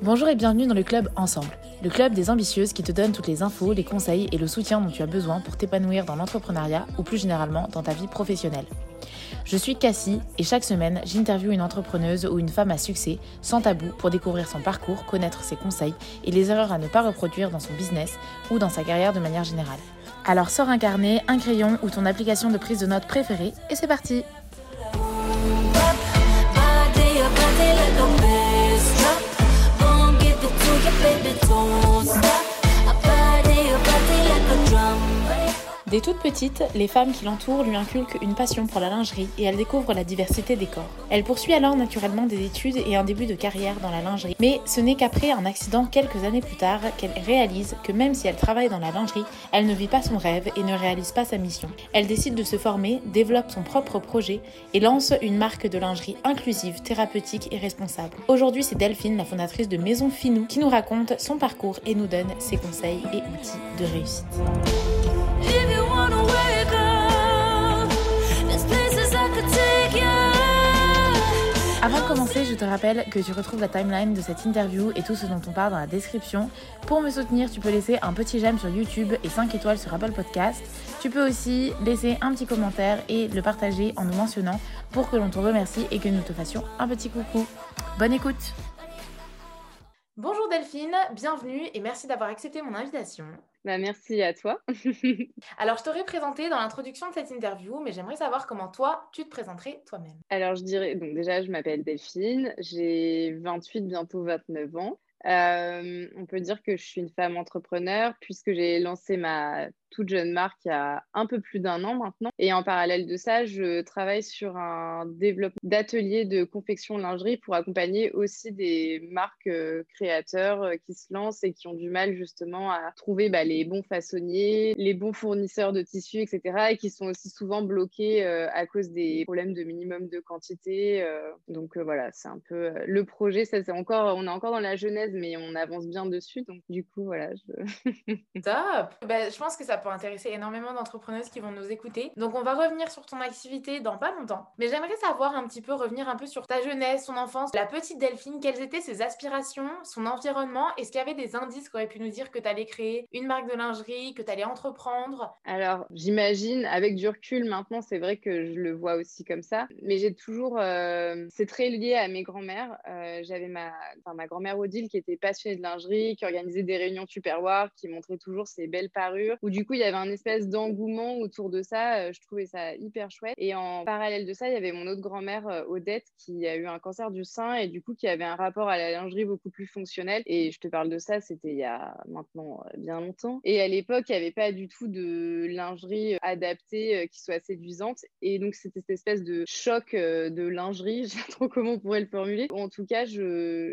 Bonjour et bienvenue dans le club Ensemble, le club des ambitieuses qui te donne toutes les infos, les conseils et le soutien dont tu as besoin pour t'épanouir dans l'entrepreneuriat ou plus généralement dans ta vie professionnelle. Je suis Cassie et chaque semaine, j'interviewe une entrepreneuse ou une femme à succès, sans tabou, pour découvrir son parcours, connaître ses conseils et les erreurs à ne pas reproduire dans son business ou dans sa carrière de manière générale. Alors sors un carnet, un crayon ou ton application de prise de notes préférée et c'est parti! Dès toute petite, les femmes qui l'entourent lui inculquent une passion pour la lingerie et elle découvre la diversité des corps. Elle poursuit alors naturellement des études et un début de carrière dans la lingerie. Mais ce n'est qu'après un accident quelques années plus tard qu'elle réalise que même si elle travaille dans la lingerie, elle ne vit pas son rêve et ne réalise pas sa mission. Elle décide de se former, développe son propre projet et lance une marque de lingerie inclusive, thérapeutique et responsable. Aujourd'hui, c'est Delphine, la fondatrice de Maison Finou, qui nous raconte son parcours et nous donne ses conseils et outils de réussite. Avant de commencer, je te rappelle que tu retrouves la timeline de cette interview et tout ce dont on parle dans la description. Pour me soutenir, tu peux laisser un petit j'aime sur YouTube et 5 étoiles sur Apple Podcast. Tu peux aussi laisser un petit commentaire et le partager en nous mentionnant pour que l'on te remercie et que nous te fassions un petit coucou. Bonne écoute! Bonjour Delphine, bienvenue et merci d'avoir accepté mon invitation. Merci à toi. Alors, je t'aurais présenté dans l'introduction de cette interview, mais j'aimerais savoir comment toi, tu te présenterais toi-même. Alors, je dirais, donc déjà, je m'appelle Delphine, j'ai 28, bientôt 29 ans. On peut dire que je suis une femme entrepreneur puisque j'ai lancé ma toute jeune marque il y a un peu plus d'1 an maintenant. Et en parallèle de ça, je travaille sur un développement d'ateliers de confection lingerie pour accompagner aussi des marques créateurs qui se lancent et qui ont du mal justement à trouver les bons façonniers, les bons fournisseurs de tissus, etc. et qui sont aussi souvent bloqués à cause des problèmes de minimum de quantité. Donc voilà, c'est un peu le projet. Ça, on est encore dans la genèse, mais on avance bien dessus. Donc du coup, voilà. Top! Je pense que ça peut intéresser énormément d'entrepreneuses qui vont nous écouter. Donc, on va revenir sur ton activité dans pas longtemps. Mais j'aimerais savoir revenir un peu sur ta jeunesse, ton enfance, la petite Delphine. Quelles étaient ses aspirations, son environnement? Est-ce qu'il y avait des indices qui auraient pu nous dire que tu allais créer une marque de lingerie, que tu allais entreprendre? Alors, j'imagine, avec du recul maintenant, c'est vrai que je le vois aussi comme ça. Mais j'ai toujours... c'est très lié à mes grands-mères. J'avais ma grand-mère Odile qui était passionnée de lingerie, qui organisait des réunions Tupperware, qui montrait toujours ses belles parures, où du coup, il y avait un espèce d'engouement autour de ça. Je trouvais ça hyper chouette. Et en parallèle de ça, il y avait mon autre grand-mère, Odette, qui a eu un cancer du sein et du coup, qui avait un rapport à la lingerie beaucoup plus fonctionnel. Et je te parle de ça, c'était il y a maintenant bien longtemps. Et à l'époque, il n'y avait pas du tout de lingerie adaptée qui soit séduisante. Et donc, c'était cette espèce de choc de lingerie. Je ne sais pas trop comment on pourrait le formuler. En tout cas, ça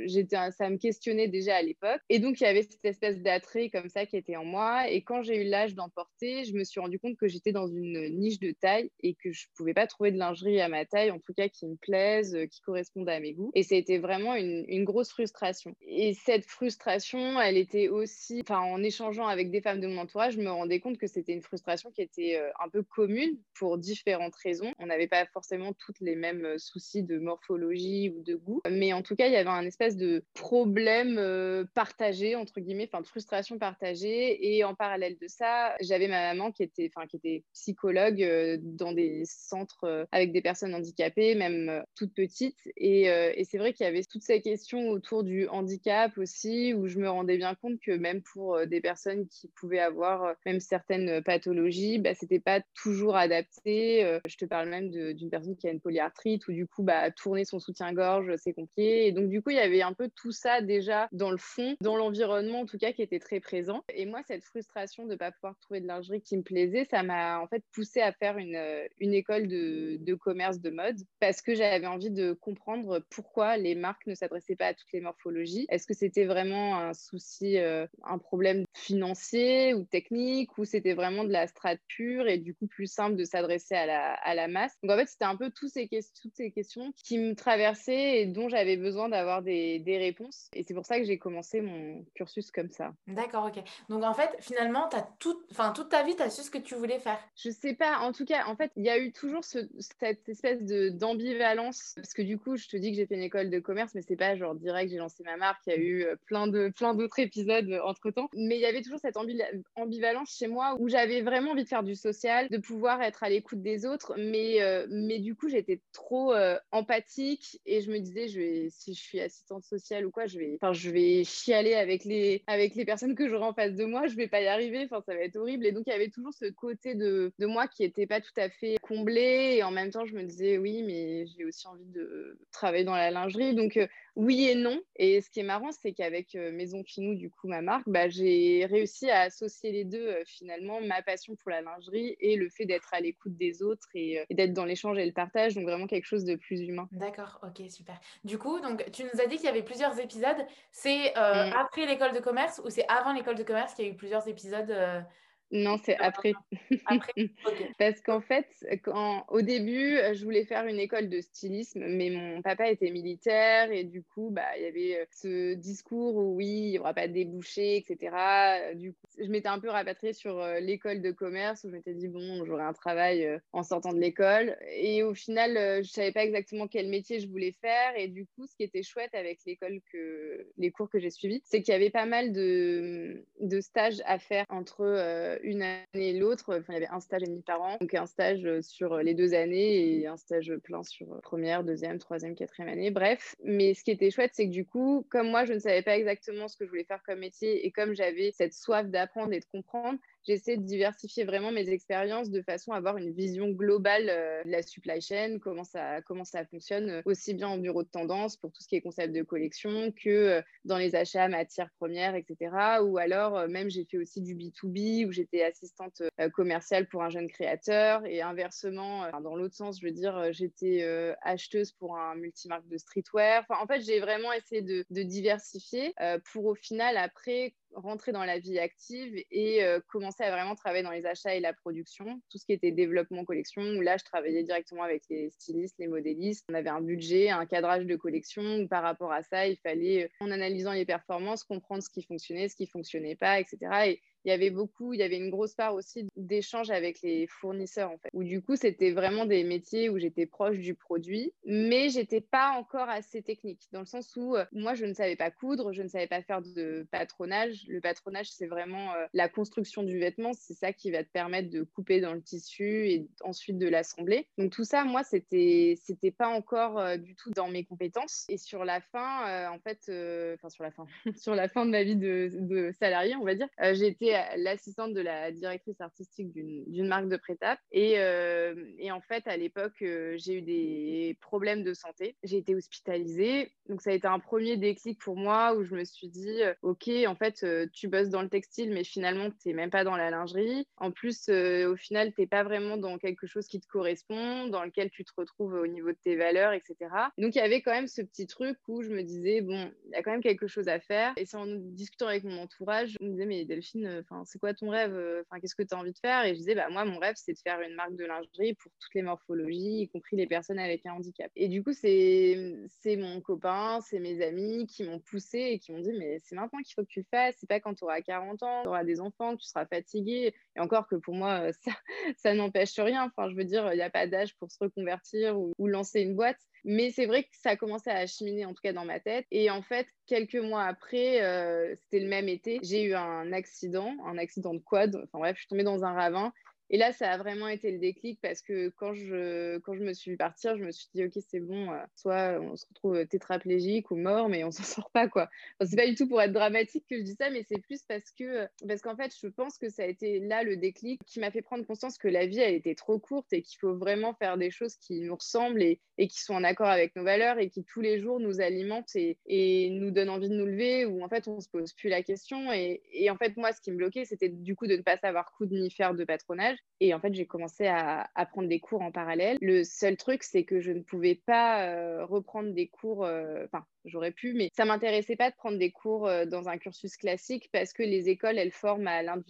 me questionnait déjà à l'époque. Et donc, il y avait cette espèce d'attrait comme ça qui était en moi. Et quand j'ai eu l'âge d'en porter, je me suis rendu compte que j'étais dans une niche de taille et que je pouvais pas trouver de lingerie à ma taille, en tout cas qui me plaise, qui corresponde à mes goûts. Et c'était vraiment une grosse frustration. Et cette frustration, elle était aussi, en échangeant avec des femmes de mon entourage, je me rendais compte que c'était une frustration qui était un peu commune pour différentes raisons. On n'avait pas forcément toutes les mêmes soucis de morphologie ou de goût, mais en tout cas, il y avait un espèce de problème partagé, entre guillemets, de frustration partagée. Et en parallèle de ça, j'avais ma maman qui était psychologue dans des centres avec des personnes handicapées, même toutes petites. Et c'est vrai qu'il y avait toutes ces questions autour du handicap aussi, où je me rendais bien compte que même pour des personnes qui pouvaient avoir même certaines pathologies, c'était pas toujours adapté. Je te parle même d'une personne qui a une polyarthrite, où du coup, tourner son soutien-gorge, c'est compliqué. Et donc, du coup, il y avait un peu tout ça déjà dans le fond, dans l'environnement en tout cas, qui était très présent. Et moi, cette frustration de ne pas pouvoir trouver de lingerie qui me plaisait, ça m'a en fait poussée à faire une école de commerce de mode, parce que j'avais envie de comprendre pourquoi les marques ne s'adressaient pas à toutes les morphologies. Est-ce que c'était vraiment un souci, un problème financier ou technique, ou c'était vraiment de la strat pure et du coup plus simple de s'adresser à la masse? Donc en fait, c'était un peu toutes ces questions qui me traversaient et dont j'avais besoin d'avoir des réponses. Et c'est pour ça que j'ai commencé mon cursus comme ça. D'accord, ok. Donc en fait, finalement, toute ta vie, tu as su ce que tu voulais faire. Je sais pas, en tout cas, en fait, il y a eu toujours cette espèce d'ambivalence, parce que du coup, je te dis que j'ai fait une école de commerce, mais c'est pas genre direct, j'ai lancé ma marque, il y a eu plein d'autres épisodes entre-temps, mais il y avait toujours cette ambivalence chez moi où j'avais vraiment envie de faire du social, de pouvoir être à l'écoute des autres, mais du coup, j'étais trop empathique et je me disais, si je suis assistante sociale ou quoi, je vais chialer avec les personnes que j'aurai en face de moi, je vais pas y arriver, enfin, ça va être horrible. Et donc, il y avait toujours ce côté de moi qui était pas tout à fait comblé. Et en même temps, je me disais, oui, mais j'ai aussi envie de travailler dans la lingerie. Donc, oui et non. Et ce qui est marrant, c'est qu'avec Maison Finou, du coup, ma marque, bah, j'ai réussi à associer les deux, finalement, ma passion pour la lingerie et le fait d'être à l'écoute des autres et d'être dans l'échange et le partage. Donc, vraiment quelque chose de plus humain. D'accord, ok, super. Du coup, donc tu nous as dit qu'il y avait plusieurs épisodes. C'est Mm. après l'école de commerce ou c'est avant l'école de commerce qu'il y a eu plusieurs épisodes Non, c'est après. après? Ok. Parce qu'en fait, au début, je voulais faire une école de stylisme, mais mon papa était militaire et du coup, bah, il y avait ce discours où oui, il n'y aura pas de débouchés, etc. Du coup, je m'étais un peu rapatriée sur l'école de commerce où je m'étais dit, bon, j'aurai un travail en sortant de l'école. Et au final, je ne savais pas exactement quel métier je voulais faire. Et du coup, ce qui était chouette avec les cours que j'ai suivis, c'est qu'il y avait pas mal de stages à faire entre une année et l'autre. Enfin, il y avait un stage et demi par an, donc un stage sur les 2 années et un stage plein sur première, deuxième, troisième, quatrième année. Bref, mais ce qui était chouette, c'est que du coup, comme moi, je ne savais pas exactement ce que je voulais faire comme métier et comme j'avais cette soif d'apprendre et de comprendre, j'essaie de diversifier vraiment mes expériences de façon à avoir une vision globale de la supply chain, comment ça fonctionne, aussi bien en bureau de tendance pour tout ce qui est concept de collection que dans les achats matières premières, etc. Ou alors, même, j'ai fait aussi du B2B où j'étais assistante commerciale pour un jeune créateur et inversement, dans l'autre sens, je veux dire, j'étais acheteuse pour un multimarque de streetwear. Enfin, en fait, j'ai vraiment essayé de diversifier pour au final, après, rentrer dans la vie active et commencer à vraiment travailler dans les achats et la production, tout ce qui était développement collection, où là, je travaillais directement avec les stylistes, les modélistes. On avait un budget, un cadrage de collection, où par rapport à ça, il fallait, en analysant les performances, comprendre ce qui fonctionnait pas, etc. Et il y avait une grosse part aussi d'échange avec les fournisseurs, en fait, où du coup, c'était vraiment des métiers où j'étais proche du produit, mais j'étais pas encore assez technique, dans le sens où moi, je ne savais pas coudre, je ne savais pas faire de patronage. Le patronage, c'est vraiment la construction du vêtement, c'est ça qui va te permettre de couper dans le tissu et ensuite de l'assembler. Donc tout ça, moi, c'était pas encore du tout dans mes compétences. Et sur la fin, en fait, enfin sur la fin, sur la fin de ma vie de salarié, on va dire, j'ai été l'assistante de la directrice artistique d'une marque de prêt-à-porter. Et en fait, à l'époque, j'ai eu des problèmes de santé. J'ai été hospitalisée. Donc, ça a été un premier déclic pour moi où je me suis dit, OK, en fait, tu bosses dans le textile, mais finalement, tu n'es même pas dans la lingerie. En plus, au final, tu n'es pas vraiment dans quelque chose qui te correspond, dans lequel tu te retrouves au niveau de tes valeurs, etc. Donc, il y avait quand même ce petit truc où je me disais, bon, il y a quand même quelque chose à faire. Et c'est en discutant avec mon entourage, on me disait, mais Delphine, c'est quoi ton rêve? Qu'est-ce que tu as envie de faire? Et je disais, bah, moi, mon rêve, c'est de faire une marque de lingerie pour toutes les morphologies, y compris les personnes avec un handicap. Et du coup, c'est mon copain, c'est mes amis qui m'ont poussé et qui m'ont dit, mais c'est maintenant qu'il faut que tu le fasses. C'est pas quand tu auras 40 ans, tu auras des enfants, que tu seras fatigué. Et encore que pour moi, ça n'empêche rien. Enfin, je veux dire, il n'y a pas d'âge pour se reconvertir ou lancer une boîte. Mais c'est vrai que ça a commencé à acheminer, en tout cas dans ma tête. Et en fait, quelques mois après, c'était le même été, j'ai eu un accident de quad. Enfin bref, je suis tombée dans un ravin. Et là, ça a vraiment été le déclic parce que quand je me suis vue partir, je me suis dit, OK, c'est bon, soit on se retrouve tétraplégique ou mort, mais on s'en sort pas, quoi. Enfin, c'est pas du tout pour être dramatique que je dis ça, mais c'est plus parce qu'en fait, je pense que ça a été là le déclic qui m'a fait prendre conscience que la vie, elle était trop courte et qu'il faut vraiment faire des choses qui nous ressemblent et qui sont en accord avec nos valeurs et qui tous les jours nous alimentent et nous donnent envie de nous lever, où en fait, on se pose plus la question. Et en fait, moi, ce qui me bloquait, c'était du coup de ne pas savoir coudre ni faire de patronage. Et en fait, j'ai commencé à prendre des cours en parallèle. Le seul truc, c'est que je ne pouvais pas reprendre des cours, enfin, j'aurais pu, mais ça m'intéressait pas de prendre des cours dans un cursus classique parce que les écoles, elles forment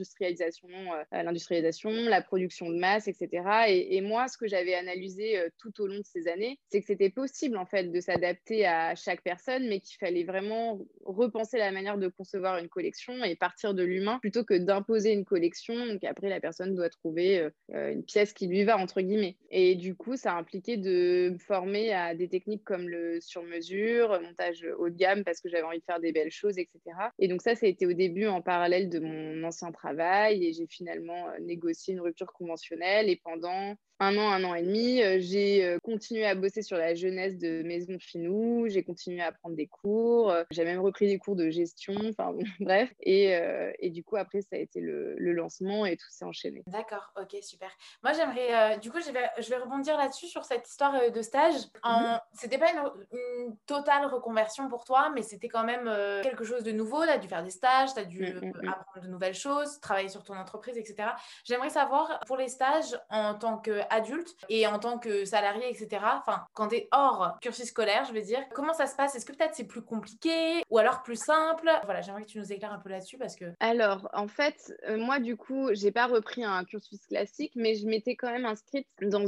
à l'industrialisation, la production de masse, etc. Et moi, ce que j'avais analysé tout au long de ces années, c'est que c'était possible, en fait, de s'adapter à chaque personne, mais qu'il fallait vraiment repenser la manière de concevoir une collection et partir de l'humain plutôt que d'imposer une collection. Donc après, la personne doit trouver une pièce qui lui va, entre guillemets. Et du coup, ça a impliqué de me former à des techniques comme le sur-mesure, montage haut de gamme parce que j'avais envie de faire des belles choses, etc. Et donc ça a été au début en parallèle de mon ancien travail et j'ai finalement négocié une rupture conventionnelle et pendant un an et demi, j'ai continué à bosser sur la jeunesse de Maison Finou, j'ai continué à prendre des cours, j'ai même repris des cours de gestion, enfin bon, bref. Et du coup, après, ça a été le lancement et tout s'est enchaîné. D'accord, ok, super. Moi, j'aimerais, du coup, je vais rebondir là-dessus sur cette histoire de stage. C'était pas une totale reconversion pour toi, mais c'était quand même quelque chose de nouveau. Tu as dû faire des stages, tu as dû apprendre de nouvelles choses, travailler sur ton entreprise, etc. J'aimerais savoir, pour les stages en tant qu'adulte et en tant que salarié, etc., enfin, quand tu es hors cursus scolaire, je veux dire, comment ça se passe? Est-ce que peut-être c'est plus compliqué ou alors plus simple? Voilà, j'aimerais que tu nous éclaires un peu là-dessus parce que... Alors, en fait, moi, du coup, j'ai pas repris un cursus classique, mais je m'étais quand même inscrite dans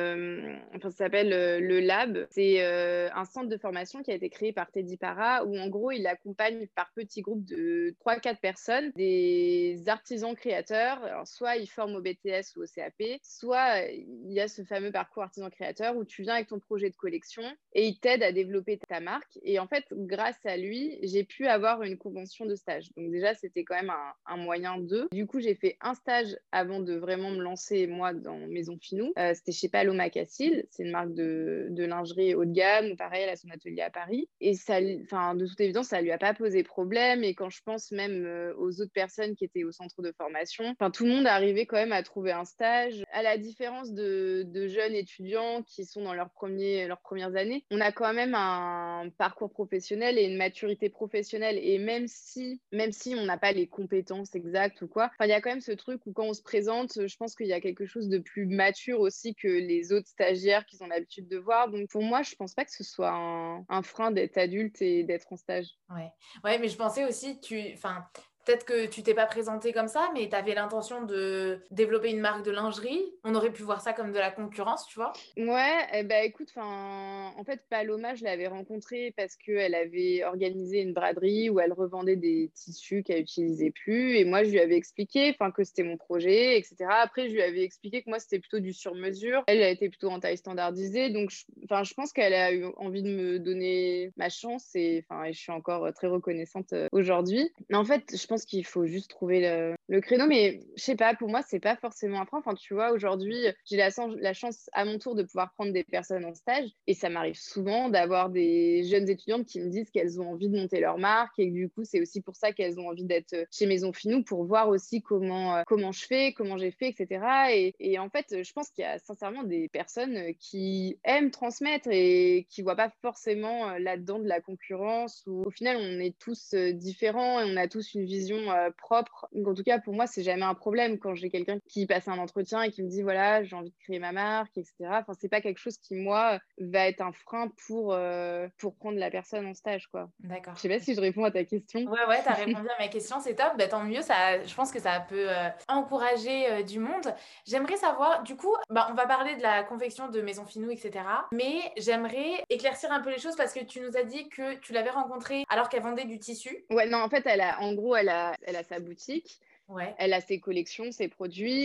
enfin, ça s'appelle le Lab. C'est un centre de formation qui a été créé par Teddy Para, où en gros, il accompagne par petits groupes de 3-4 personnes, des artisans créateurs. Alors, soit ils forment au BTS ou au CAP, soit il y a ce fameux parcours artisan créateur où tu viens avec ton projet de collection et il t'aide à développer ta marque. Et en fait, grâce à lui, j'ai pu avoir une convention de stage. Donc déjà, c'était quand même un moyen de. Du coup, j'ai fait un stage avant de vraiment me lancer, moi, dans Maison Finou. C'était chez Paloma Cassil. C'est une marque de lingerie haut de gamme. Pareil, elle a son atelier à Paris. Et ça, enfin, de toute évidence, ça lui a pas posé problème. Et quand je pense même aux autres personnes qui étaient au centre de formation, enfin, tout le monde arrivait quand même à trouver un stage. À la différence de jeunes étudiants qui sont dans leurs premières années, on a quand même un parcours professionnel et une maturité professionnelle. Et même si on n'a pas les compétences exactes ou quoi, il y a quand même ce truc où quand on se présente, je pense qu'il y a quelque chose de plus mature aussi que les autres stagiaires qu'ils ont l'habitude de voir. Donc pour moi, je pense pas que ce soit un frein d'être adulte et d'être en stage. Ouais, mais je pensais aussi, enfin, peut-être que tu t'es pas présenté comme ça, mais tu avais l'intention de développer une marque de lingerie. On aurait pu voir ça comme de la concurrence, tu vois. Ouais, bah écoute, en fait, Paloma, je l'avais rencontrée parce qu'elle avait organisé une braderie où elle revendait des tissus qu'elle n'utilisait plus. Et moi, je lui avais expliqué que c'était mon projet, etc. Après, je lui avais expliqué que moi, c'était plutôt du sur-mesure. Elle a été plutôt en taille standardisée. Donc, je pense qu'elle a eu envie de me donner ma chance et je suis encore très reconnaissante aujourd'hui. Mais en fait, je pense qu'il faut juste trouver le créneau. Mais je sais pas, pour moi, c'est pas forcément un frein. Enfin, tu vois, aujourd'hui, j'ai la chance à mon tour de pouvoir prendre des personnes en stage. Et ça m'arrive souvent d'avoir des jeunes étudiantes qui me disent qu'elles ont envie de monter leur marque et que du coup, c'est aussi pour ça qu'elles ont envie d'être chez Maison Finou pour voir aussi comment je fais, comment j'ai fait, etc. Et en fait, je pense qu'il y a sincèrement des personnes qui aiment transmettre et qui voient pas forcément là-dedans de la concurrence ou au final, on est tous différents et on a tous une vision propre. Donc, en tout cas, pour moi, c'est jamais un problème quand j'ai quelqu'un qui passe un entretien et qui me dit voilà, j'ai envie de créer ma marque, etc. Enfin, c'est pas quelque chose qui, moi, va être un frein pour prendre la personne en stage, quoi. D'accord. Je sais pas si je réponds à ta question. Ouais, t'as répondu à ma question, c'est top. Bah, tant mieux, ça, je pense que ça peut encourager du monde. J'aimerais savoir, du coup, on va parler de la confection de Maison Finou, etc. Mais j'aimerais éclaircir un peu les choses parce que tu nous as dit que tu l'avais rencontrée alors qu'elle vendait du tissu. Ouais, non, en fait, en gros, elle a sa boutique. Ouais. Elle a ses collections, ses produits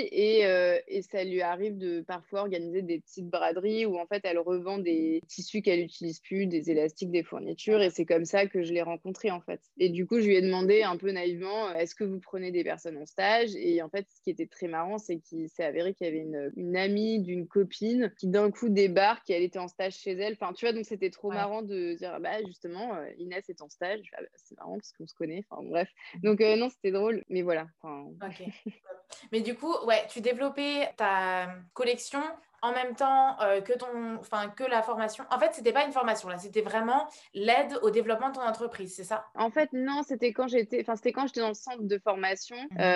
et ça lui arrive de parfois organiser des petites braderies où en fait elle revend des tissus qu'elle n'utilise plus, des élastiques, des fournitures et c'est comme ça que je l'ai rencontrée en fait. Et du coup je lui ai demandé un peu naïvement est-ce que vous prenez des personnes en stage? Et en fait ce qui était très marrant c'est qu'il s'est avéré qu'il y avait une amie d'une copine qui d'un coup débarque et elle était en stage chez elle. Enfin tu vois donc c'était trop marrant de dire bah justement Inès est en stage. Je fais, ah, bah, c'est marrant parce qu'on se connaît. Enfin bref. Donc non c'était drôle mais voilà. Ok. Mais du coup, ouais, tu développais ta collection en même temps que la formation. En fait, c'était pas une formation là, c'était vraiment l'aide au développement de ton entreprise, c'est ça? En fait, non, c'était quand j'étais dans le centre de formation Mhm.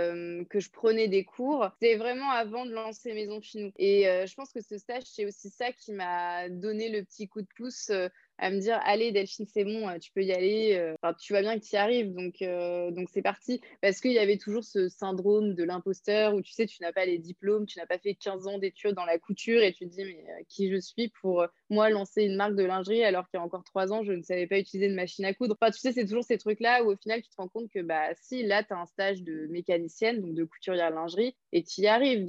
que je prenais des cours. C'était vraiment avant de lancer Maison Finou. Et je pense que ce stage, c'est aussi ça qui m'a donné le petit coup de pouce à me dire, allez, Delphine, c'est bon, tu peux y aller. Enfin, tu vois bien que tu y arrives, donc c'est parti. Parce qu'il y avait toujours ce syndrome de l'imposteur où tu sais, tu n'as pas les diplômes, tu n'as pas fait 15 ans d'études dans la couture et tu te dis, mais qui je suis pour moi lancer une marque de lingerie alors qu'il y a encore 3 ans, je ne savais pas utiliser une machine à coudre. Enfin, tu sais, c'est toujours ces trucs-là où au final, tu te rends compte que bah si, là, tu as un stage de mécanicienne, donc de couturière lingerie, et tu y arrives.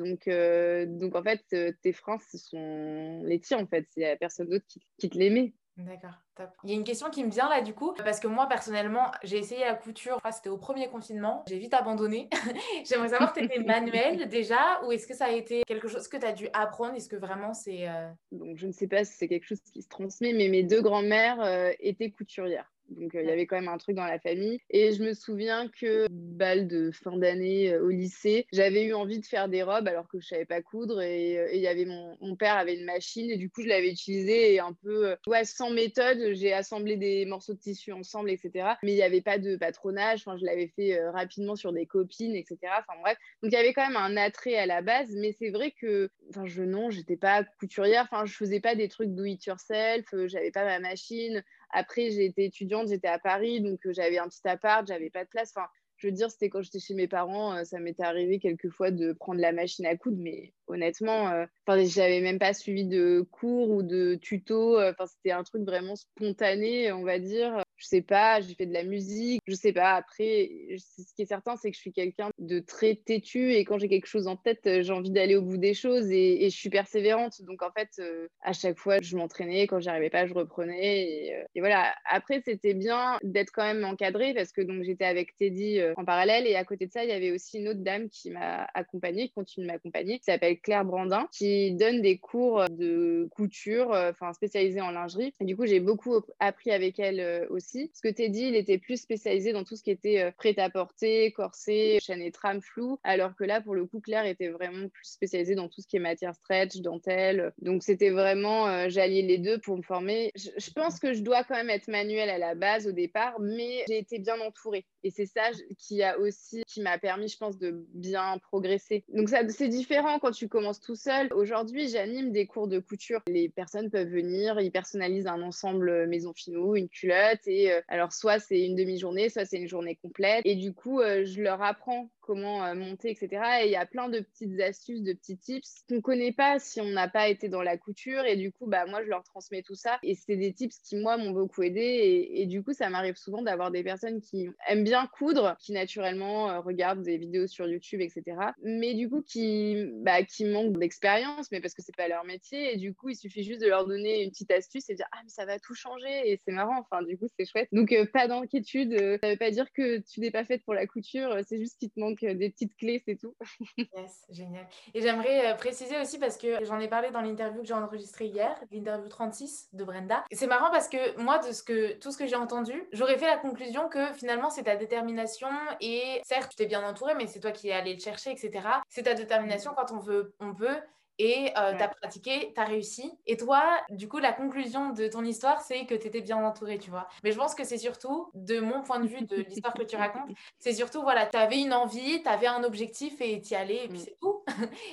Donc en fait, tes freins, ce sont les tiens, en fait. C'est la personne d'autre qui te les met. D'accord, top. Il y a une question qui me vient là du coup, parce que moi personnellement, j'ai essayé la couture, enfin, c'était au premier confinement, j'ai vite abandonné. J'aimerais savoir, tu étais manuel déjà, ou est-ce que ça a été quelque chose que tu as dû apprendre? Est-ce que vraiment c'est... Donc, je ne sais pas si c'est quelque chose qui se transmet, mais mes deux grands-mères étaient couturières. Donc, il y avait quand même un truc dans la famille. Et je me souviens que, bal de fin d'année au lycée, j'avais eu envie de faire des robes alors que je savais pas coudre. Et il y avait mon père avait une machine et du coup, je l'avais utilisée et un peu, ouais, sans méthode, j'ai assemblé des morceaux de tissu ensemble, etc. Mais il n'y avait pas de patronage. Enfin, je l'avais fait rapidement sur des copines, etc. Enfin, bref. Donc, il y avait quand même un attrait à la base. Mais c'est vrai que, enfin, non, j'étais pas couturière. Enfin, je faisais pas des trucs do it yourself. J'avais pas ma machine. Après, j'ai été étudiante, j'étais à Paris, donc j'avais un petit appart, j'avais pas de place. Enfin, je veux dire, c'était quand j'étais chez mes parents, ça m'était arrivé quelquefois de prendre la machine à coudre, mais honnêtement, enfin, j'avais même pas suivi de cours ou de tutos. Enfin, c'était un truc vraiment spontané, on va dire. Je sais pas, j'ai fait de la musique, je sais pas. Après, ce qui est certain, c'est que je suis quelqu'un de très têtu et quand j'ai quelque chose en tête, j'ai envie d'aller au bout des choses et je suis persévérante. Donc en fait, à chaque fois, je m'entraînais. Quand j'arrivais pas, je reprenais. Et voilà. Après, c'était bien d'être quand même encadrée parce que donc j'étais avec Teddy en parallèle et à côté de ça, il y avait aussi une autre dame qui m'a accompagnée, qui continue de m'accompagner, qui s'appelle Claire Brandin, qui donne des cours de couture, enfin spécialisés en lingerie. Et du coup, j'ai beaucoup appris avec elle aussi. Parce que Teddy, il était plus spécialisé dans tout ce qui était prêt-à-porter, corset, chaîne et trame flou, alors que là, pour le coup, Claire était vraiment plus spécialisée dans tout ce qui est matière stretch, dentelle. Donc, c'était vraiment, j'alliais les deux pour me former. Je pense que je dois quand même être manuelle à la base au départ, mais j'ai été bien entourée. Et c'est ça qui m'a permis, je pense, de bien progresser. Donc, ça, c'est différent quand tu commences tout seul. Aujourd'hui, j'anime des cours de couture. Les personnes peuvent venir, ils personnalisent un ensemble Maison Finou, une culotte et alors, soit c'est une demi-journée, soit c'est une journée complète. Et du coup, je leur apprends comment monter, etc. Et il y a plein de petites astuces, de petits tips qu'on ne connaît pas si on n'a pas été dans la couture. Et du coup, bah, moi, je leur transmets tout ça. Et c'est des tips qui, moi, m'ont beaucoup aidé. Et du coup, ça m'arrive souvent d'avoir des personnes qui aiment bien coudre, qui naturellement regardent des vidéos sur YouTube, etc. Mais du coup, qui manquent d'expérience, mais parce que c'est pas leur métier. Et du coup, il suffit juste de leur donner une petite astuce et dire, ah, mais ça va tout changer. Et c'est marrant. Enfin, du coup, c'est chouette. Donc, pas d'inquiétude. Ça veut pas dire que tu n'es pas faite pour la couture. C'est juste qu'il te manque des petites clés, c'est tout. Yes, génial. Et j'aimerais préciser aussi parce que j'en ai parlé dans l'interview que j'ai enregistrée hier, l'interview 36 de Brenda. C'est marrant parce que moi, tout ce que j'ai entendu, j'aurais fait la conclusion que finalement c'est ta détermination et certes, tu t'es bien entouré, mais c'est toi qui es allé le chercher, etc. C'est ta détermination quand on veut, on peut. Et t'as Ouais. pratiqué, t'as réussi. Et toi, du coup, la conclusion de ton histoire, c'est que t'étais bien entouré, tu vois. Mais je pense que c'est surtout, de mon point de vue, de l'histoire que tu racontes, c'est surtout, voilà, tu avais une envie, tu avais un objectif et tu y allais et puis Mm. c'est tout.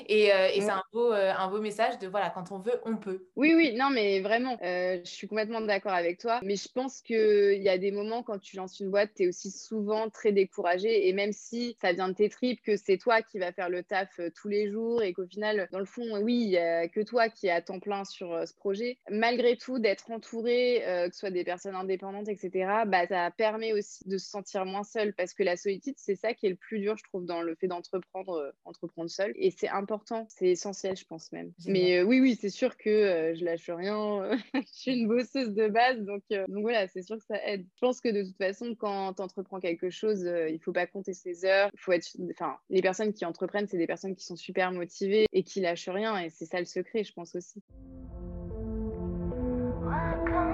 Et c'est un beau message de, voilà, quand on veut, on peut. Oui, oui, non, mais vraiment, je suis complètement d'accord avec toi. Mais je pense qu'il y a des moments quand tu lances une boîte, tu es aussi souvent très découragé. Et même si ça vient de tes tripes, que c'est toi qui vas faire le taf tous les jours et qu'au final, dans le fond, oui, il n'y a que toi qui es à temps plein sur ce projet, malgré tout, d'être entouré, que ce soit des personnes indépendantes, etc., bah, ça permet aussi de se sentir moins seul parce que la solitude, c'est ça qui est le plus dur, je trouve, dans le fait entreprendre seul. Et c'est important, c'est essentiel, je pense même. Génial. Mais oui, oui, c'est sûr que je lâche rien. Je suis une bosseuse de base, donc voilà, c'est sûr que ça aide. Je pense que de toute façon, quand tu entreprends quelque chose, il faut pas compter ses heures. Il faut être, enfin, les personnes qui entreprennent, c'est des personnes qui sont super motivées et qui lâchent rien. Et c'est ça le secret, je pense aussi. Welcome